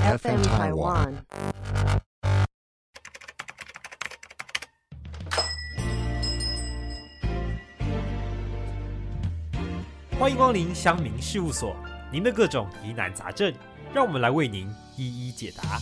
FM Taiwan。 欢迎光临乡民事务所，您的各种疑难杂症，让我们来为您一一解答。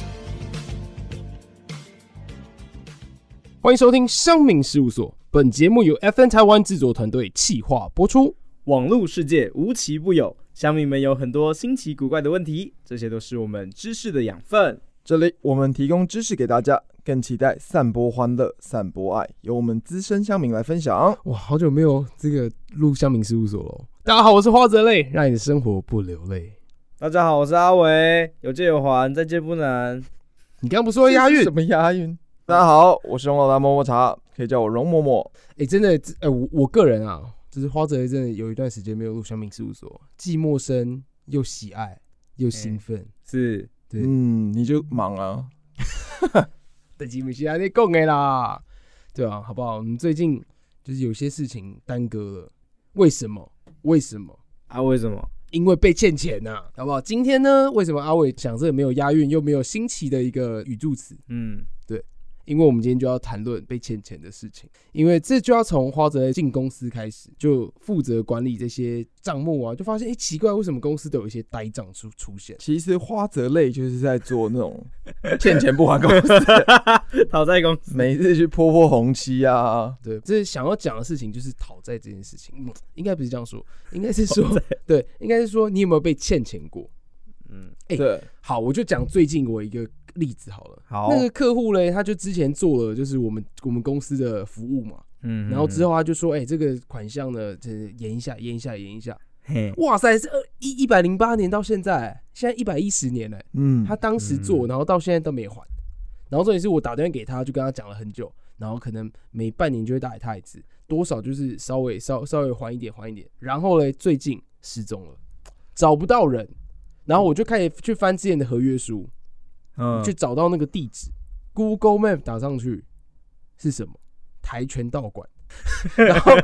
欢迎收听乡民事务所，本节目由 FN 台湾制作团队企划播出。 网络世界无奇不有，乡民们有很多新奇古怪的问题，这些都是我们知识的养分。 这里我们提供知识给大家，更期待散播欢乐、散播爱，由我们资深乡民来分享。 哇，好久没有这个录乡民事务所了。大家好，我是花泽类，让你的生活不流泪。 大家好，我是阿伟，有借有还，再借不难。 你刚刚不是说押韵？ 什么押韵？大家好，我是荣老大摸摸茶，可以叫我荣嬷嬷。 真的，我个人啊，就是花泽类真的有一段时间没有录乡民事务所，既陌生又喜爱又兴奋。 是， 对， 你就忙啊。 但是不是这样讲的啦，对啊，好不好？我们最近就是有些事情耽搁了，为什么？为什么？因为被欠钱呐、好不好？今天呢，为什么阿伟讲这个没有押韵又没有新奇的一个语助词？对，因为我们今天就要谈论被欠钱的事情，因为这就要从花泽类进公司开始，就负责管理这些账目啊，就发现奇怪，为什么公司都有一些呆账出现？ 其实花泽类就是在做那种欠钱不还公司， 讨债公司， 每次去泼红漆啊。 对，这想要讲的事情就是讨债这件事情，应该不是这样说，应该是说，对，应该是说你有没有被欠钱过？ 对， 好，我就讲最近我一个例子好了。 好， 那个客户嘞，他就之前做了就是我们公司的服务嘛，然后之后他就说，这个款项呢，延一下。哇塞，是108年到现在110年了。他当时做，然后到现在都没还。然后重点是我打电话给他，就跟他讲了很久，然后可能每半年就会打给他一次，多少就是稍微还一点。然后嘞，最近失踪了，找不到人。然后我就开始去翻之前的合约书，去找到那个地址 ，Google Map 打上去是什么？跆拳道馆。然后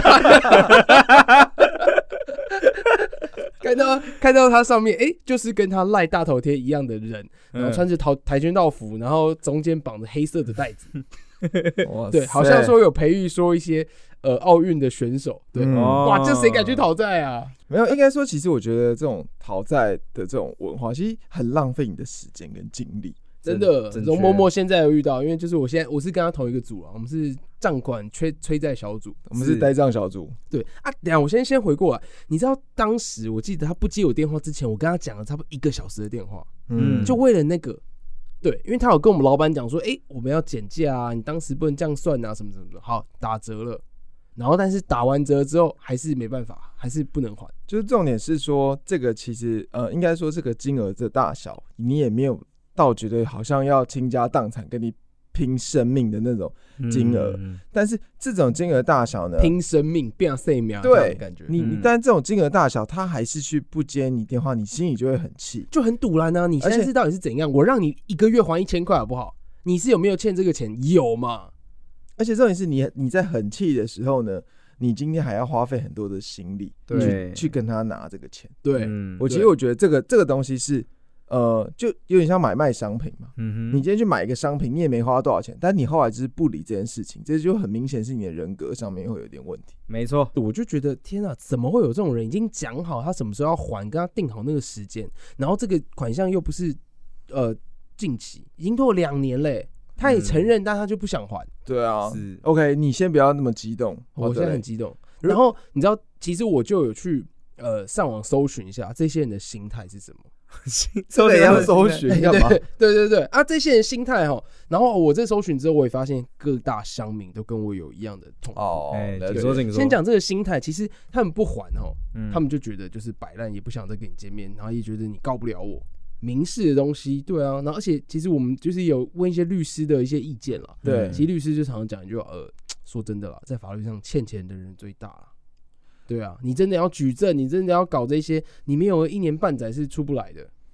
看到他上面，就是跟他赖大头贴一样的人，然后穿着跆拳道服，然后中间绑着黑色的带子。对，好像说有培育说一些奥运的选手。对，哇，这谁敢去讨债啊？ 没有，应该说，其实我觉得这种讨债的这种文化，其实很浪费你的时间跟精力。 真的，容嬷嬷现在有遇到，因为就是我是跟他同一个组啊，我们是账款催债小组， 我们是呆账小组。 对啊，等一下我先回过来，你知道当时我记得他不接我电话之前，我跟他讲了差不多1个小时的电话，就为了那个。对，因为他有跟我们老板讲说，我们要减价啊，你当时不能这样算啊，什么什么的，好，打折了。然后，但是打完折之后还是没办法，还是不能还。 就是重点是说，这个其实应该说这个金额的大小，你也没有到觉得好像要倾家荡产跟你拼生命的那种金额。但是这种金额大小呢， 拼生命变生命， 对， 感觉。 但这种金额大小，他还是去不接你电话，你心里就会很气， 就很堵然啊！你现在是到底是怎样？我让你1个月还1000块好不好？你是有没有欠这个钱？有嘛？ 而且重点是你在很气的时候呢，你今天还要花费很多的心力去跟他拿这个钱。 对， 我觉得这个东西是就有点像买卖商品嘛。你今天去买一个商品，你也没花多少钱，但你后来就是不理这件事情，这就很明显是你的人格上面会有点问题。 没错， 我就觉得天啊，怎么会有这种人？已经讲好他什么时候要还，跟他定好那个时间，然后这个款项又不是近期，已经拖了2年嘞。他也承认，但他就不想还。 对啊，是 OK， 你先不要那么激动。 我现在很激动。然后你知道，其实我就有去上网搜寻一下这些人的心态是什么。 这个要搜寻干嘛？ 对啊，这些人心态哈。然后我这搜寻之后，我也发现各大乡民都跟我有一样的痛苦。 你说。 先讲这个心态，其实他们不还他们就觉得就是摆烂，也不想再跟你见面，然后也觉得你告不了我。民事的东西，对啊，然后而且其实我们就是有问一些律师的一些意见啦， 对， 其实律师就常常讲一句话，说真的啦，在法律上欠钱的人最大啦，对啊，你真的要举证，你真的要搞这些，你没有1年半载是出不来的。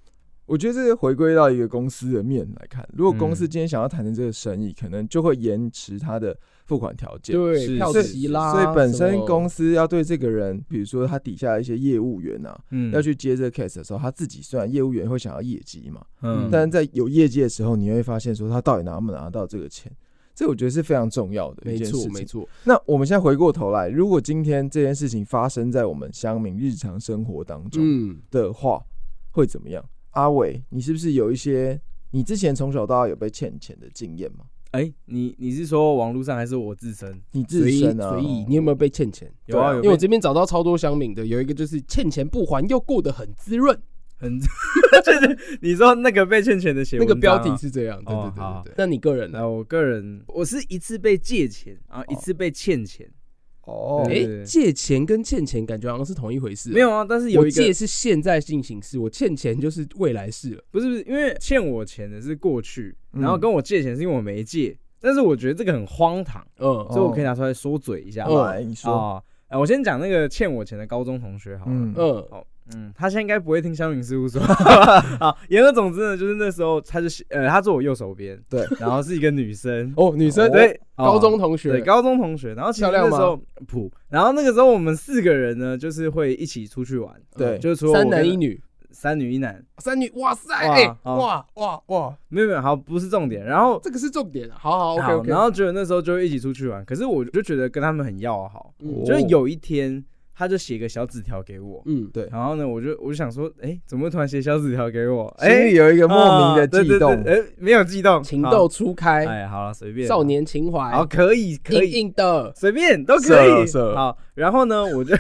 我觉得这个回归到一个公司的面来看，如果公司今天想要谈成这个生意，可能就会延迟他的付款条件， 对，票期啦， 所以本身公司要对这个人，比如说他底下的一些业务员啊，要去接这个 case 的时候，他自己虽然业务员会想要业绩嘛，但是在有业绩的时候，你会发现说他到底拿不拿到这个钱，这我觉得是非常重要的一件事情。 没错。 那我们现在回过头来，如果今天这件事情发生在我们乡民日常生活当中的话，会怎么样？阿伟，你是不是有一些你之前从小到大有被欠钱的经验吗？ 你是说网络上还是我自身？ 你自身啊， 所以你有没有被欠钱？ 有啊， 因为我这边找到超多乡民的，有一个就是欠钱不还又过得很滋润， 就是你说那个被欠钱的写文章、 那个标题是这样，对。那你个人呢？ 我个人我是一次被借钱，然后一次被欠钱。 借钱跟欠钱感觉好像是同一回事。 没有啊，但是有一个我借是现在进行式，我欠钱就是未来式了。 不是，因为欠我钱的是过去，然后跟我借钱是因为我没借。但是我觉得这个很荒唐，所以我可以拿出来说嘴一下。 你说我先讲那个欠我钱的高中同学好了。他现在应该不会听乡民事务所。好，言而总之呢，就是那时候他坐我右手边， 对， 然后是一个女生， 女生， 对， 高中同学， 对，高中同学，然后其实那时候然后那个时候我们4个人呢，就是会一起出去玩， 对， 就是除了 3男1女 ，3女1男 ，3女，哇塞，哇， 没有，好，不是重点，然后这个是重点，好 ，OK， 然后觉得那时候就会一起出去玩，可是我就觉得跟他们很要好，就是有一天。他就写个小纸条给我， 对， 然后呢，我就想说，怎么会突然写小纸条给我？ 心里有一个莫名的悸动， 没有悸动， 情窦初开， 好了，随便， 少年情怀， 好，可以， 硬的， 随便都可以，好，然后呢，我就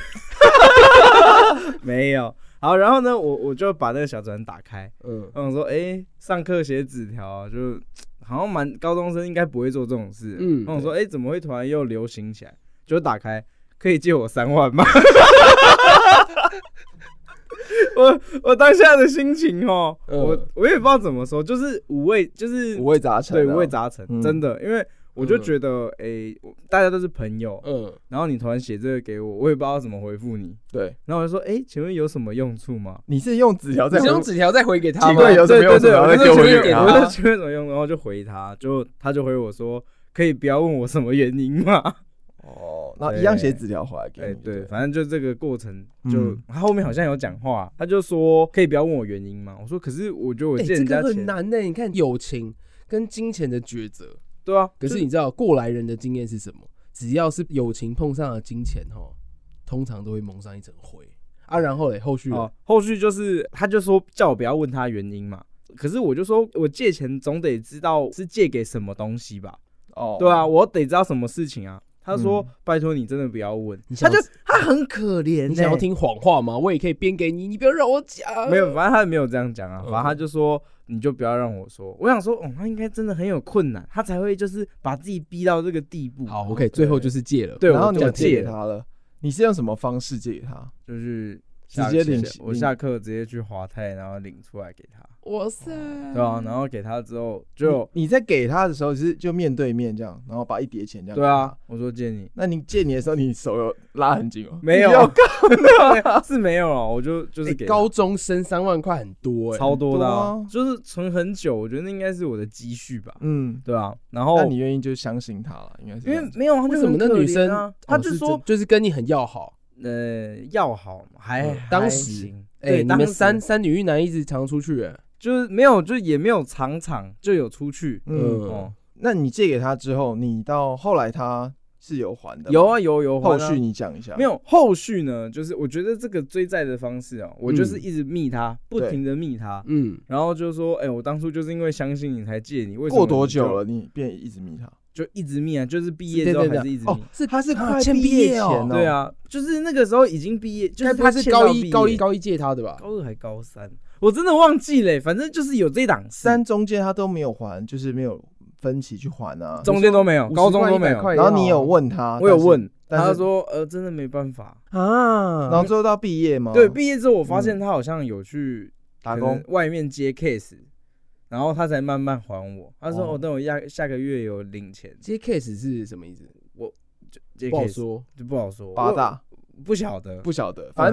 没有，好，然后呢，我就把那个小纸条打开，我想说，上课写纸条，就好像高中生应该不会做这种事，我想说，怎么会突然又流行起来？就打开。可以借我3万吗？我当下的心情我也不知道怎么说，就是五味杂陈， 对，五味杂陈，真的，因为我就觉得，大家都是朋友，然后你突然写这个给我，我也不知道怎么回复你， 对， 然后我就说，请问有什么用处吗？ 你是用纸条再回给他吗？ 奇怪，有什么用处？ 我就请问什么用，然后就回他，他就回我说，可以不要问我什么原因吗？ 那一样写纸条回来给你。 对，反正就这个过程，他后面好像有讲话，他就说可以不要问我原因嘛。我说可是我觉得我借人家钱， 这个很难呢。你看友情跟金钱的抉择， 对啊。 可是你知道过来人的经验是什么？只要是友情碰上了金钱通常都会蒙上一层灰啊。然后后续就是他就说叫我不要问他原因嘛。可是我就说我借钱总得知道是借给什么东西吧？对啊，我得知道什么事情啊。他说：“拜托你真的不要问。”他很可怜。 你想要听谎话吗？我也可以编给你，你不要让我讲。 没有，反正他没有这样讲啊。反正他就说：“你就不要让我说。”我想说，他应该真的很有困难，他才会就是把自己逼到这个地步。 好 ，OK， 最后就是借了。 对，然后你就借给他了。你是用什么方式借给他？ 就是直接领， 我下课直接去华泰，然后领出来给他。 哇塞！ 对啊，然后给他之后你在给他的时候就面对面这样，然后把一叠钱这样。 对啊，我说借你。 那你借你的时候，你手有拉很紧吗？ 没有，是没有了。我就是给高中生3万块很多超多的啊，就是存很久。我觉得那应该是我的积蓄吧。对啊。然后那你愿意就相信他了，应该是因为没有，他就什么那女生他就说就是跟你很要好。 要好还当时你们三女1男一直常出去就是没有，就也没有常就有出去。 那你借给他之后，你到后来他是有还的吗？ 有啊，有还啊。 后续你讲一下。 没有后续呢，就是我觉得这个追债的方式我就是一直密他，不停的密他，然后就说，我当初就是因为相信你才借你，为什么？ 过多久了，你便一直密他？ 就一直密啊，就是毕业之后还是一直密。 他是快欠毕业前对啊，就是那个时候已经毕业，就是他是高一借他的吧？ 高2还高3，我真的忘记了。反正就是有这档事。 3中间他都没有还，就是没有分期去还啊， 中间都没有，高中都没有。 然后你有问他， 我有问，他说真的没办法啊。然后最后到毕业吗？ 对，毕业之后我发现他好像有去打工， 外面接 case。然后他才慢慢还我。他说：“等我下个月有领钱。” 接 case 是什么意思？ 我接 case 不好说， 就不好说。 八大不晓得， 反正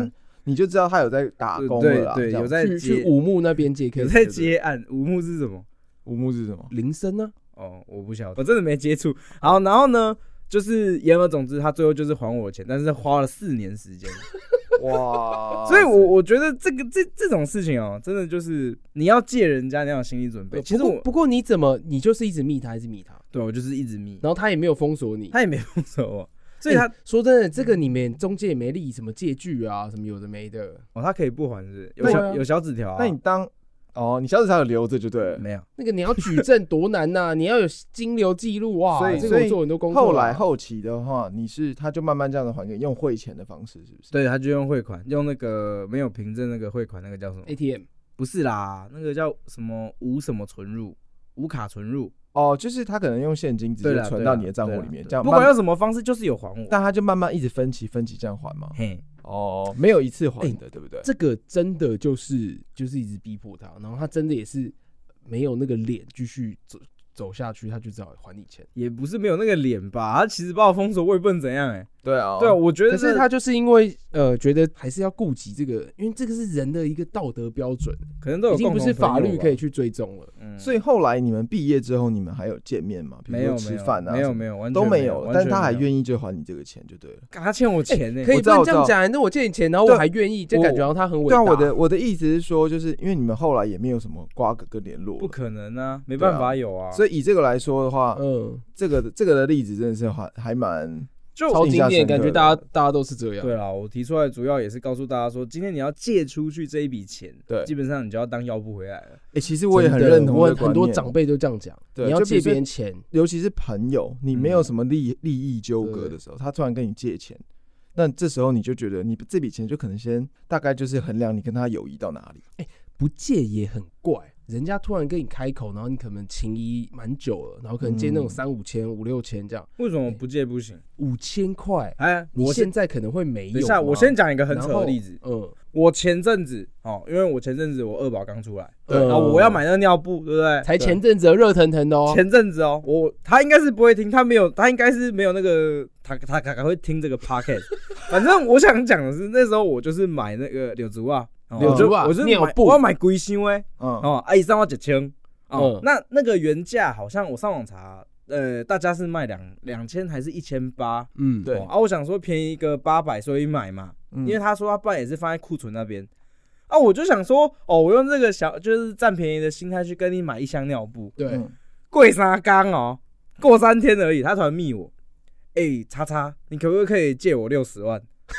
你就知道他有在打工了啦。 对，有在去武木那边接 case， 有在接案。武木是什么？ 武木是什么？ 铃声呢？ 哦，我不晓得，我真的没接触。好，然后呢，就是言而总之，他最后就是还我钱，但是花了4年时间。 哇！ 所以我觉得这种事情哦，真的就是你要借人家，你要有心理准备。其实不过你就是一直密他，一直密他？ 对，我就是一直密， 然后他也没有封锁你， 他也没封锁我。所以他说真的，这个你们中介也没立什么借据啊，什么有的没的。 哦，他可以不还是不是？有小纸条啊。 那你你小纸条有留着就对了。 没有， 那个你要举证多难呐！你要有金流记录哇， 所以这个我做很多功课。 后期的话，他就慢慢这样子还给，用汇钱的方式是不是？ 对，他就用汇款，用那个没有凭证那个汇款，那个叫什么 ATM？ 不是啦，那个叫什么无什么存入，无卡存入。 哦，就是他可能用现金直接存到你的账户里面，这样不管用什么方式，就是有还我。 但他就慢慢一直分期这样还嘛。 嘿， 没有一次还的，对不对？ 这个真的就是一直逼迫他，然后他真的也是没有那个脸继续走下去，他就只好还你钱。 也不是没有那个脸吧，他其实把我封锁，我也不能怎样对啊， 我觉得。 可是他就是因为觉得还是要顾及这个，因为这个是人的一个道德标准， 可能都有已经不是法律可以去追踪了。 所以后来你们毕业之后，你们还有见面吗？ 没有吃饭啊？ 没有，完全都没有。但是他还愿意就还你这个钱就对了。 他欠我钱呢， 可以不能这样讲。那我借你钱，然后我还愿意，就感觉他很伟大。 对啊，我的意思是说，就是因为你们后来也没有什么瓜葛跟联络， 不可能啊，没办法有啊。 所以以这个来说的话，这个的例子真的是还蛮。 超经典，感觉大家都是这样。 对啦，我提出来主要也是告诉大家说，今天你要借出去这一笔钱， 对， 基本上你就要当要不回来了。 其实我也很认同，我很多长辈都这样讲。 对， 你要借别人钱， 尤其是朋友，你没有什么利益纠葛的时候，他突然跟你借钱，那这时候你就觉得你这笔钱就可能先大概就是衡量你跟他友谊到哪里。 不借也很怪。人家突然跟你开口，然后你可能情谊蛮久了，然后可能借那种3、5千、5、6千这样， 为什么不借不行 ？5000块，你现在可能会没有。 等一下，我先讲一个很扯的例子。我前阵子因为我前阵子我二宝刚出来，对，然后我要买那个尿布，对不对？ 才前阵子热腾腾的哦。 前阵子他应该是不会听，他应该是没有那个他会听这个 podcast。反正我想讲的是，那时候我就是买那个柳竹啊。我是我要买龟箱伊送我1000那个原价好像我上网查，大家是卖2000还是1800？ 对我想说便宜一个800，所以买嘛，因为他说他不然也是放在库存那边我就想说我用这个就是占便宜的心态去跟你买一箱尿布， 对， 贵3天过3天而已，他突然密我，叉，你可不可以借我60万？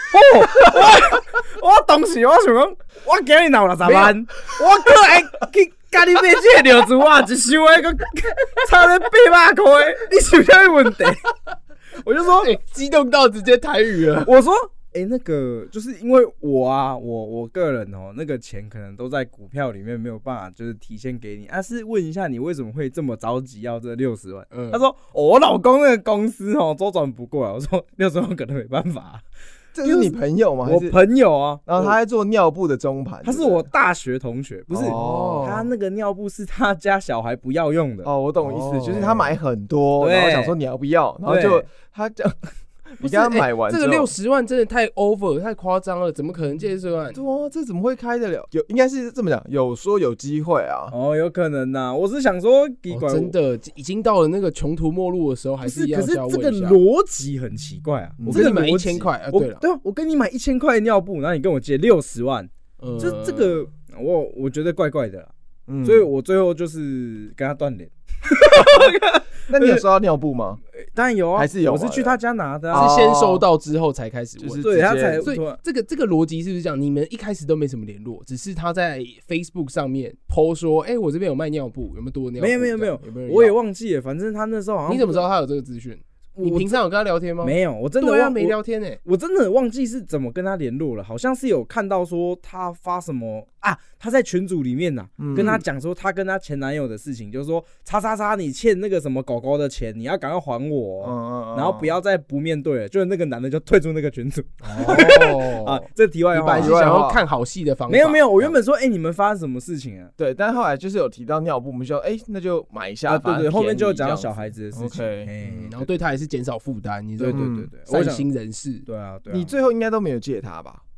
我当时我想讲，我今日拿60万，我可会去甲你买这个尿珠啊，一箱的差了800块，你是有啥问题？我就说， 激动到直接台语了。 我说，那个就是因为我个人那个钱可能都在股票里面，没有办法就是体现给你。是问一下你为什么会这么着急要这60万？他说，我老公那个公司周转不过来。我说60万可能没办法。 这是你朋友吗？ 我朋友啊， 然后他在做尿布的中盘。 他是我大学同学，不是他那个尿布是他家小孩不要用的。 我懂意思，就是他买很多，然后想说你要不要，然后就他这样。你刚刚买完这个60万真的太 over 太夸张了，怎么可能借60万？ 对啊，这怎么会开得了？应该是这么讲，有说有机会啊。 有可能呐。我是想说， 真的已经到了那个穷途末路的时候，还是要可是这个逻辑很奇怪啊。 我跟你买1000块对了， 对啊，我跟你买1000块的尿布，然后你跟我借60万，这个我觉得怪怪的啦。所以我最后就是跟他断联。 那你有收到尿布吗？ 当然有啊， 还是有。 我是去他家拿的是先收到之后才开始问， 对，他才。 所以这个逻辑是不是这样？你们一开始都没什么联络，只是他在 Facebook 上面 po 说，我这边有卖尿布，有没有多尿布？ 没有，我也忘记了。反正他那时候好像。 你怎么知道他有这个资讯？你平常有跟他聊天吗？ 没有，我真的没聊天我真的忘记是怎么跟他联络了，好像是有看到说他发什么他在群组里面跟他讲说他跟他前男友的事情，就是说叉你欠那个什么狗狗的钱，你要赶快还我，然后不要再不面对了，就是那个男的就退出那个群组。这题外话， 你本来是想要看好戏的方法。 没有，我原本说你们发生什么事情啊？ 对，但后来就是有提到尿布，我们就那就买一下。 对，后面就讲小孩子的事情， 然后对他也是减少负担。你对， 善心人士。 对啊。 你最后应该都没有借他吧？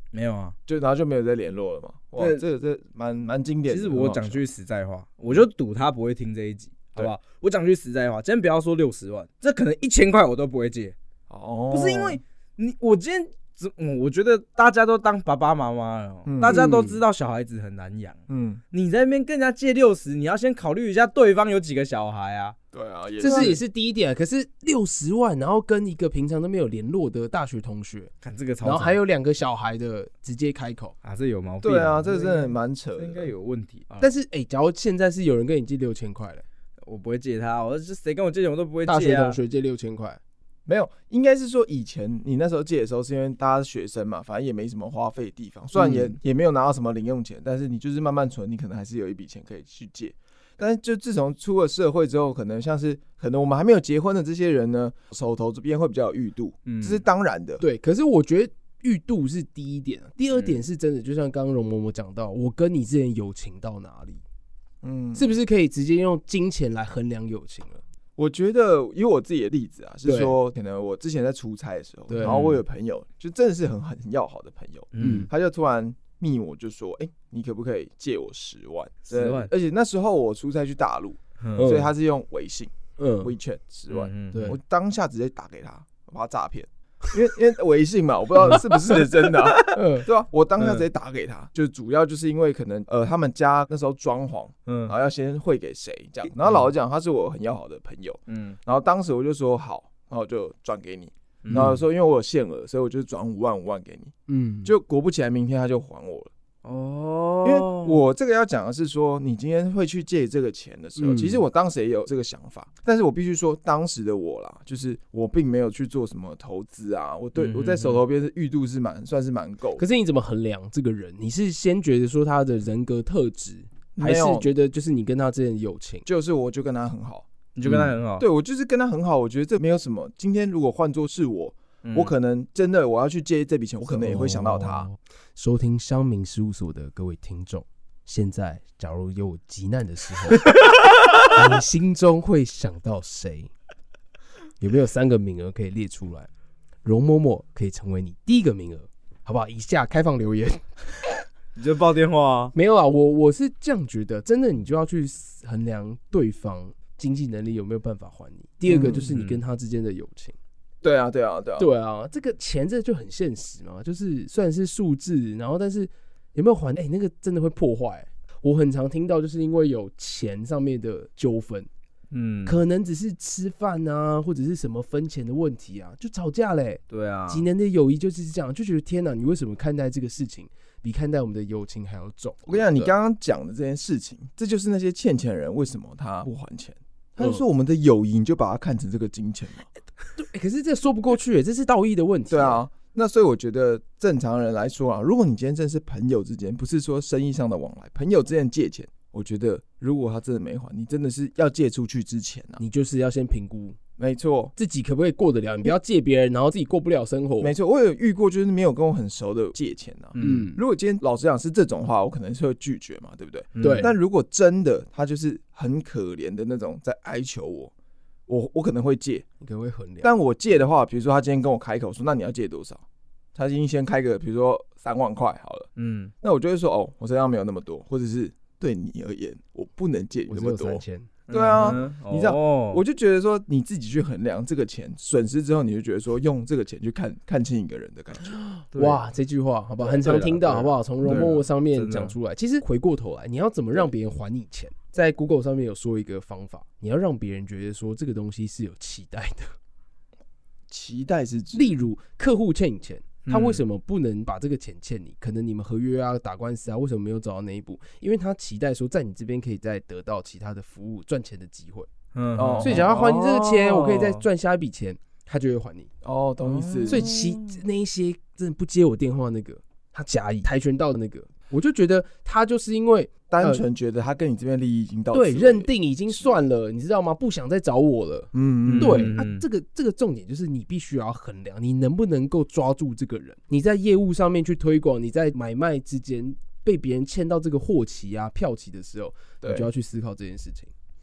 没有啊， 然后就没有再联络了嘛。哇，这蛮经典的。 其实我讲句实在话，我就赌他不会听这一集，好不好？我讲句实在话，今天不要说60万，这可能1000块我都不会借。不是因为我今天。我觉得大家都当爸爸妈妈了，大家都知道小孩子很难养。你在那边跟人家借60，你要先考虑一下对方有几个小孩啊。 对啊， 也是第一点。可是60万，然后跟一个平常都没有联络的大学同学， 看这个超， 然后还有2个小孩的直接开口啊，这有毛病。 对啊，这真的蛮扯的， 应该有问题。 但是假如现在是有人跟你借6000块了， 我不会借他，我谁跟我借钱我都不会借。 大学同学借6000块。 没有，应该是说以前你那时候借的时候，是因为大家是学生嘛，反正也没什么花费的地方，虽然也没有拿到什么零用钱，但是你就是慢慢存，你可能还是有一笔钱可以去借。但是就自从出了社会之后，可能我们还没有结婚的这些人呢，手头这边会比较有裕度，这是当然的。 对，可是我觉得裕度是第一点，第二点是真的，就像刚刚容嬷嬷讲到，我跟你之间友情到哪里，是不是可以直接用金钱来衡量友情了？ 我觉得以我自己的例子啊，是说可能我之前在出差的时候，然后我有朋友就真的是很要好的朋友，他就突然密我就说，你可不可以借我10万？10万，而且那时候我出差去大陆，所以他是用微信，WeChat 10万，我当下直接打给他，我把他诈骗。因为微信嘛，我不知道是不是真的，对吧？我当下直接打给他，就主要就是因为可能他们家那时候装潢，然后要先汇给谁这样，然后老实讲他是我很要好的朋友，然后当时我就说好，然后我就转给你，然后说因为我有限额，所以我就转5万给你，就果不其然明天他就还我了。因为我这个要讲的是说，你今天会去借这个钱的时候，其实我当时也有这个想法，但是我必须说，当时的我啦，就是我并没有去做什么投资啊，我在手头边的裕度是算是蛮够。 可是你怎么衡量这个人？你是先觉得说他的人格特质，还是觉得就是你跟他之间的友情？ 就是我就跟他很好， 你就跟他很好， 对我就是跟他很好，我觉得这没有什么。今天如果换作是我可能真的我要去借这笔钱，我可能也会想到他。 收听乡民事务所的各位听众，现在假如有急难的时候，你心中会想到谁？有没有3个名额可以列出来？容嬷嬷可以成为你第1个名额，好不好？以下开放留言， 你就报电话啊？ 没有啊，我是这样觉得，真的你就要去衡量对方经济能力有没有办法还你。第2个就是你跟他之间的友情。 对啊， 这个钱这就很现实嘛，就是虽然是数字，然后但是有没有还？那个真的会破坏。我很常听到，就是因为有钱上面的纠纷，可能只是吃饭啊，或者是什么分钱的问题啊，就吵架嘞。 对啊， 几年的友谊就是这样，就觉得天哪，你为什么看待这个事情比看待我们的友情还要重？ 我跟你讲，你刚刚讲的这件事情，这就是那些欠钱人为什么他不还钱。他就说我们的友谊，你就把它看成这个金钱嘛。 对，可是这说不过去，这是道义的问题。 对啊，那所以我觉得正常人来说啊，如果你今天真的是朋友之间，不是说生意上的往来，朋友之间借钱，我觉得如果他真的没还，你真的是要借出去之前啊， 你就是要先评估。 没错， 自己可不可以过得了？你不要借别人，然后自己过不了生活。 没错，我有遇过，就是没有跟我很熟的借钱啊。如果今天老实讲是这种话，我可能是会拒绝嘛，对不对？ 对。 但如果真的他就是很可怜的那种在哀求我可能会借， 你可能会衡量。 但我借的话，比如说他今天跟我开口说，那你要借多少？他已经先开个，比如说3万块好了，那我就会说，我身上没有那么多，或者是对你而言，我不能借你那么多。 我只有3000。 对啊，你知道，我就觉得说你自己去衡量这个钱损失之后，你就觉得说用这个钱去看清一个人的感觉。 哇，这句话好不好？很常听到，好不好？从容嬷嬷上面讲出来。其实回过头来，你要怎么让别人还你钱？在 Google 上面有说一个方法，你要让别人觉得说这个东西是有期待的。 期待是指， 例如客户欠你钱。他为什么不能把这个钱欠你？可能你们合约啊、打官司啊，为什么没有走到那一步？因为他期待说，在你这边可以再得到其他的服务赚钱的机会。所以想要还你这个钱，我可以再赚下一笔钱，他就会还你。 懂意思。 所以那一些真的不接我电话那个，他假意跆拳道的那个，我就觉得他就是因为单纯觉得他跟你这边利益已经到对认定已经算了，你知道吗？不想再找我了。对啊，这个重点就是你必须要衡量你能不能够抓住这个人。你在业务上面去推广，你在买卖之间被别人欠到这个货期啊、票期的时候，你就要去思考这件事情。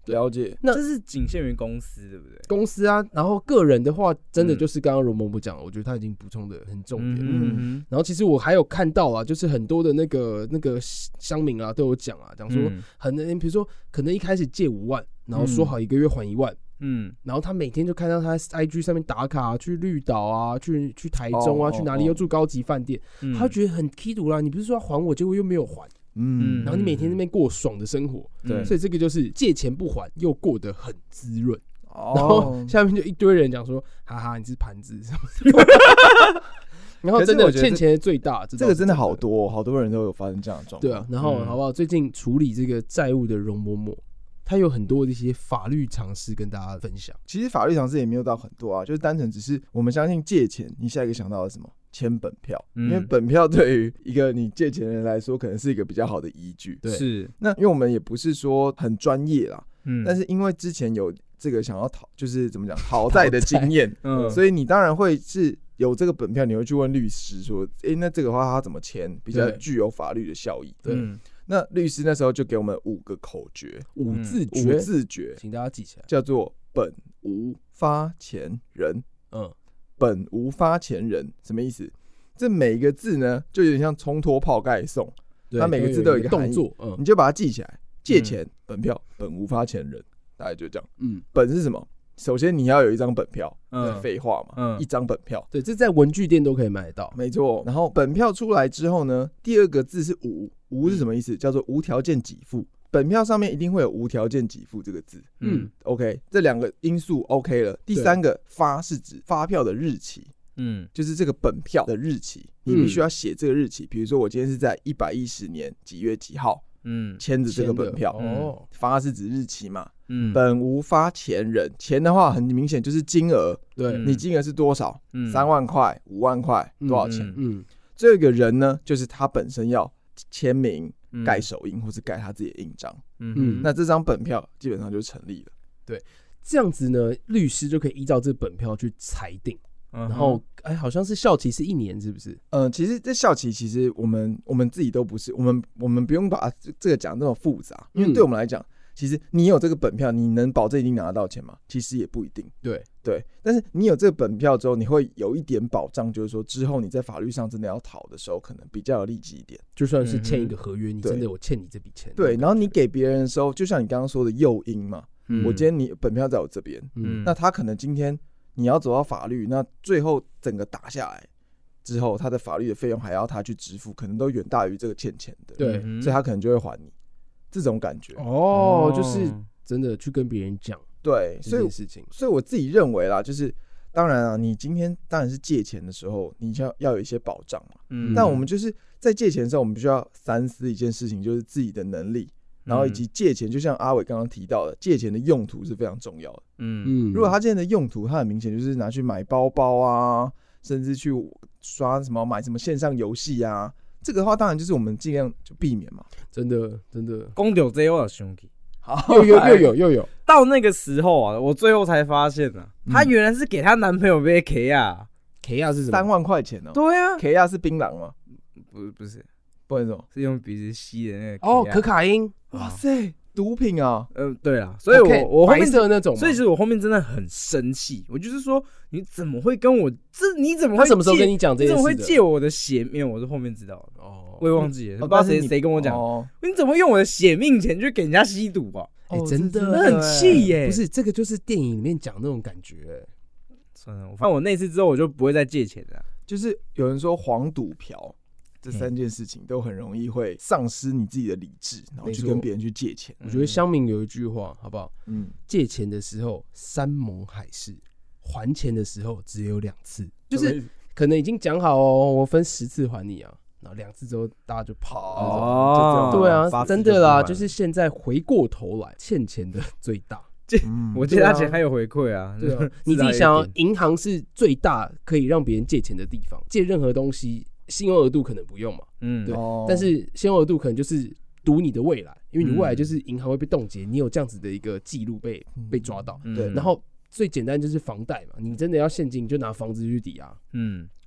了解。 那这是仅限于公司，对不对？ 公司啊，然后个人的话，真的就是刚刚荣萌不讲了，我觉得他已经补充的很重点。然后其实我还有看到啊，就是很多的那个乡民啊都有讲啊，讲说很多人，比如说可能一开始借5万，然后说好1个月还1万。然后他每天就看到他 IG 上面打卡，去绿岛啊，去台中啊，去哪里又住高级饭店，他觉得很气毒啦。你不是说要还我，结果又没有还，然后你每天在那边过爽的生活，所以这个就是借钱不还又过得很滋润。然后下面就一堆人讲说，哈哈，你是盘子什么的。然后真的欠钱的最大， 这个真的好多好多人都有发生这样的状况。 对啊，然后好不好？最近处理这个债务的容嬷嬷。他有很多的一些法律常识跟大家分享。 其实法律常识也没有到很多啊，就是单纯只是我们相信借钱，你下一个想到的是什么？签本票，因为本票对于一个你借钱的人来说，可能是一个比较好的依据。 对， 是。 那因为我们也不是说很专业啦，但是因为之前有这个想要就是怎么讲讨债的经验，所以你当然会是有这个本票，你会去问律师说，那这个的话他怎么签比较具有法律的效益？ 对。 那律师那时候就给我们5个口诀，5字诀， 请大家记起来， 叫做本无发钱人。本无发钱人什么意思？这每一个字呢，就有点像冲脱泡盖送，它每个字都有一个动作，你就把它记起来。借钱、本票、本无发钱人，大概就这样。本是什么？首先你要有一张本票，废话嘛，一张本票， 对，这在文具店都可以买得到， 没错。然后本票出来之后呢，第2个字是无是什么意思？叫做无条件给付。本票上面一定会有无条件给付这个字，OK， 这2个因素 OK 了。第3个发是指发票的日期，就是这个本票的日期，你必须要写这个日期。比如说我今天是在110年几月几号。签着这个本票，发是指日期嘛，本无发钱人，钱的话很明显就是金额，对，你金额是多少？3万块、5万块，多少钱？最后一个人呢，就是他本身要签名、盖手印或是盖他自己的印章，那这张本票基本上就成立了。 对，这样子呢，律师就可以依照这本票去裁定。然后，好像是效期是1年，是不是？ 其实这效期，其实我们自己都不是，我们不用把这个讲那么复杂，因为对我们来讲，其实你有这个本票，你能保证一定拿得到钱吗？其实也不一定。对，但是你有这个本票之后，你会有一点保障，就是说之后你在法律上真的要讨的时候，可能比较有利己一点。 就算是签一个合约，你真的我欠你这笔钱。 对，然后你给别人的时候，就像你刚刚说的诱因嘛，我今天你本票在我这边，那他可能今天。你要走到法律，那最后整个打下来之后，他的法律的费用还要他去支付，可能都远大于这个欠钱的。 对， 所以他可能就会还你这种感觉。 就是真的去跟别人讲对这件事情。 所以我自己认为啦，就是当然啊，你今天当然是借钱的时候，你要有一些保障嘛。但我们就是在借钱的时候，我们必须要三思一件事情，就是自己的能力。然后以及借钱，就像阿伟刚刚提到的，借钱的用途是非常重要的。如果他借钱的用途，他很明显就是拿去买包包啊，甚至去刷什么买什么线上游戏啊，这个的话当然就是我们尽量就避免嘛。 真的， 公丢这我兄弟， 又有。 到那个时候啊，我最后才发现啊，她原来是给她男朋友买 K 啊 ，K 啊是什么 ？3万块钱哦。 对啊 ，K 啊是槟榔吗？ 不是。 不然什么？ 是用鼻子吸的那个可卡因。 哇塞，毒品啊！ 对啦，所以我后面白色那种， 所以其实我后面真的很生气。我就是说，你怎么会跟我你怎么会？ 他什么时候跟你讲这件事？ 你怎么会借我的血命？我是后面知道的我也忘记了，不知道谁跟我讲。你怎么用我的血命钱去给人家吸毒啊？ 真的很气耶！ 不是这个，就是电影里面讲那种感觉。 算了，我那次之后我就不会再借钱了。 就是有人说黄赌嫖。这3件事情都很容易会丧失你自己的理智，然后去跟别人去借钱。 我觉得乡民有一句话，好不好？借钱的时候山盟海誓，还钱的时候只有2次，就是可能已经讲好我分10次还你啊，然后2次之后大家就跑。对啊，真的啦，就是现在回过头来，欠钱的最大。 我借他钱还有回馈啊！ 对啊，你自己想，银行是最大可以让别人借钱的地方，借任何东西。信用额度可能不用嘛，对，但是信用额度可能就是赌你的未来，因为你未来就是银行会被冻结，你有这样子的一个记录被抓到，对，然后最简单就是房贷嘛，你真的要现金就拿房子去抵押，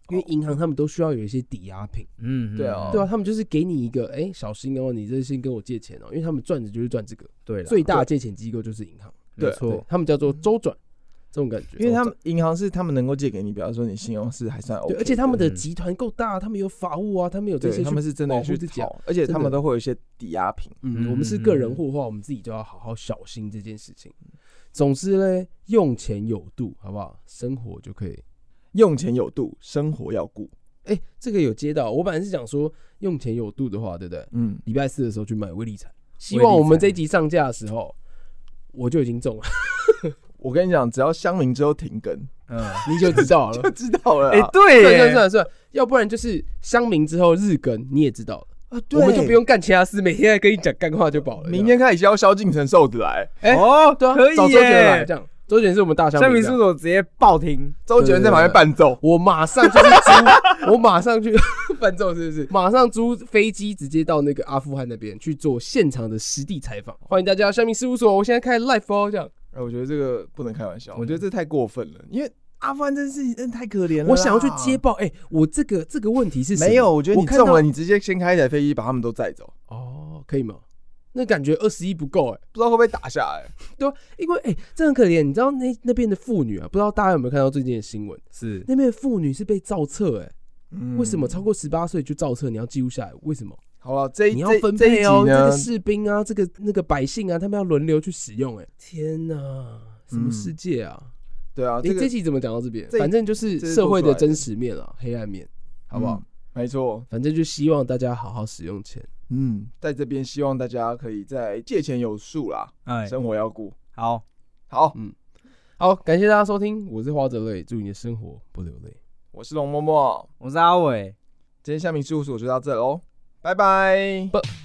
因为银行他们都需要有一些抵押品。 对啊， 对啊，他们就是给你一个小心哦，你这先跟我借钱哦，因为他们赚的就是赚这个。 对， 最大的借钱机构就是银行。 没错， 他们叫做周转。这种感觉， 因为他们银行是他们能够借给你，比方说你信用是还算 OK， 对，而且他们的集团够大，他们有法务啊，他们有这些， 他们是真的去讨，而且他们都会有一些抵押品。 我们是个人户的话，我们自己就要好好小心这件事情。总之呢，用钱有度，好不好？生活就可以用钱有度，生活要顾。 这个有接到。我本来是讲说用钱有度的话，对不对？礼拜4的时候去买威力彩，希望我们这一集上架的时候，我就已经中了。 我跟你讲，只要乡民之后停更， 你就知道了， 就知道了。 对，算，要不然就是乡民之后日更，你也知道了。我们就不用干其他事，每天跟你讲干话就饱了。 明天开始要萧敬腾瘦子来， 对啊， 可以找周杰伦来这样。周杰伦是我们大乡民事务所直接爆听， 周杰伦在旁边伴奏， 我马上就是租，我马上去伴奏，是不是？马上租飞机直接到那个阿富汗那边去做现场的实地采访。欢迎大家乡民事务所，我现在开 live 哦，这样。 我觉得这个不能开玩笑，我觉得这太过分了，因为阿富汗这件事情真的太可怜了。 我想要去接报，我这个问题是什么？ 没有，我觉得你中了，你直接先开一台飞机把他们都载走。 可以吗？那感觉21不够不知道会不会打下来。 对啊，因为这很可怜，你知道那边的妇女啊，不知道大家有没有看到最近的新闻？ 是那边的妇女是被造册为什么超过18岁就造册？你要记录下来，为什么？ 好了，你要分配哦，这个士兵啊，这个那个百姓啊，他们要轮流去使用。天哪，什么世界啊？ 对啊， 这期怎么讲到这边？反正就是社会的真实面啊，黑暗面，好不好？ 没错， 反正就希望大家好好使用钱。 在这边希望大家可以在借钱有数啦，生活要顾。 好， 好，感谢大家收听，我是花泽类，祝你的生活不流泪。 我是龙嬷嬷， 我是阿伟， 今天乡民事务所就到这喽，拜拜。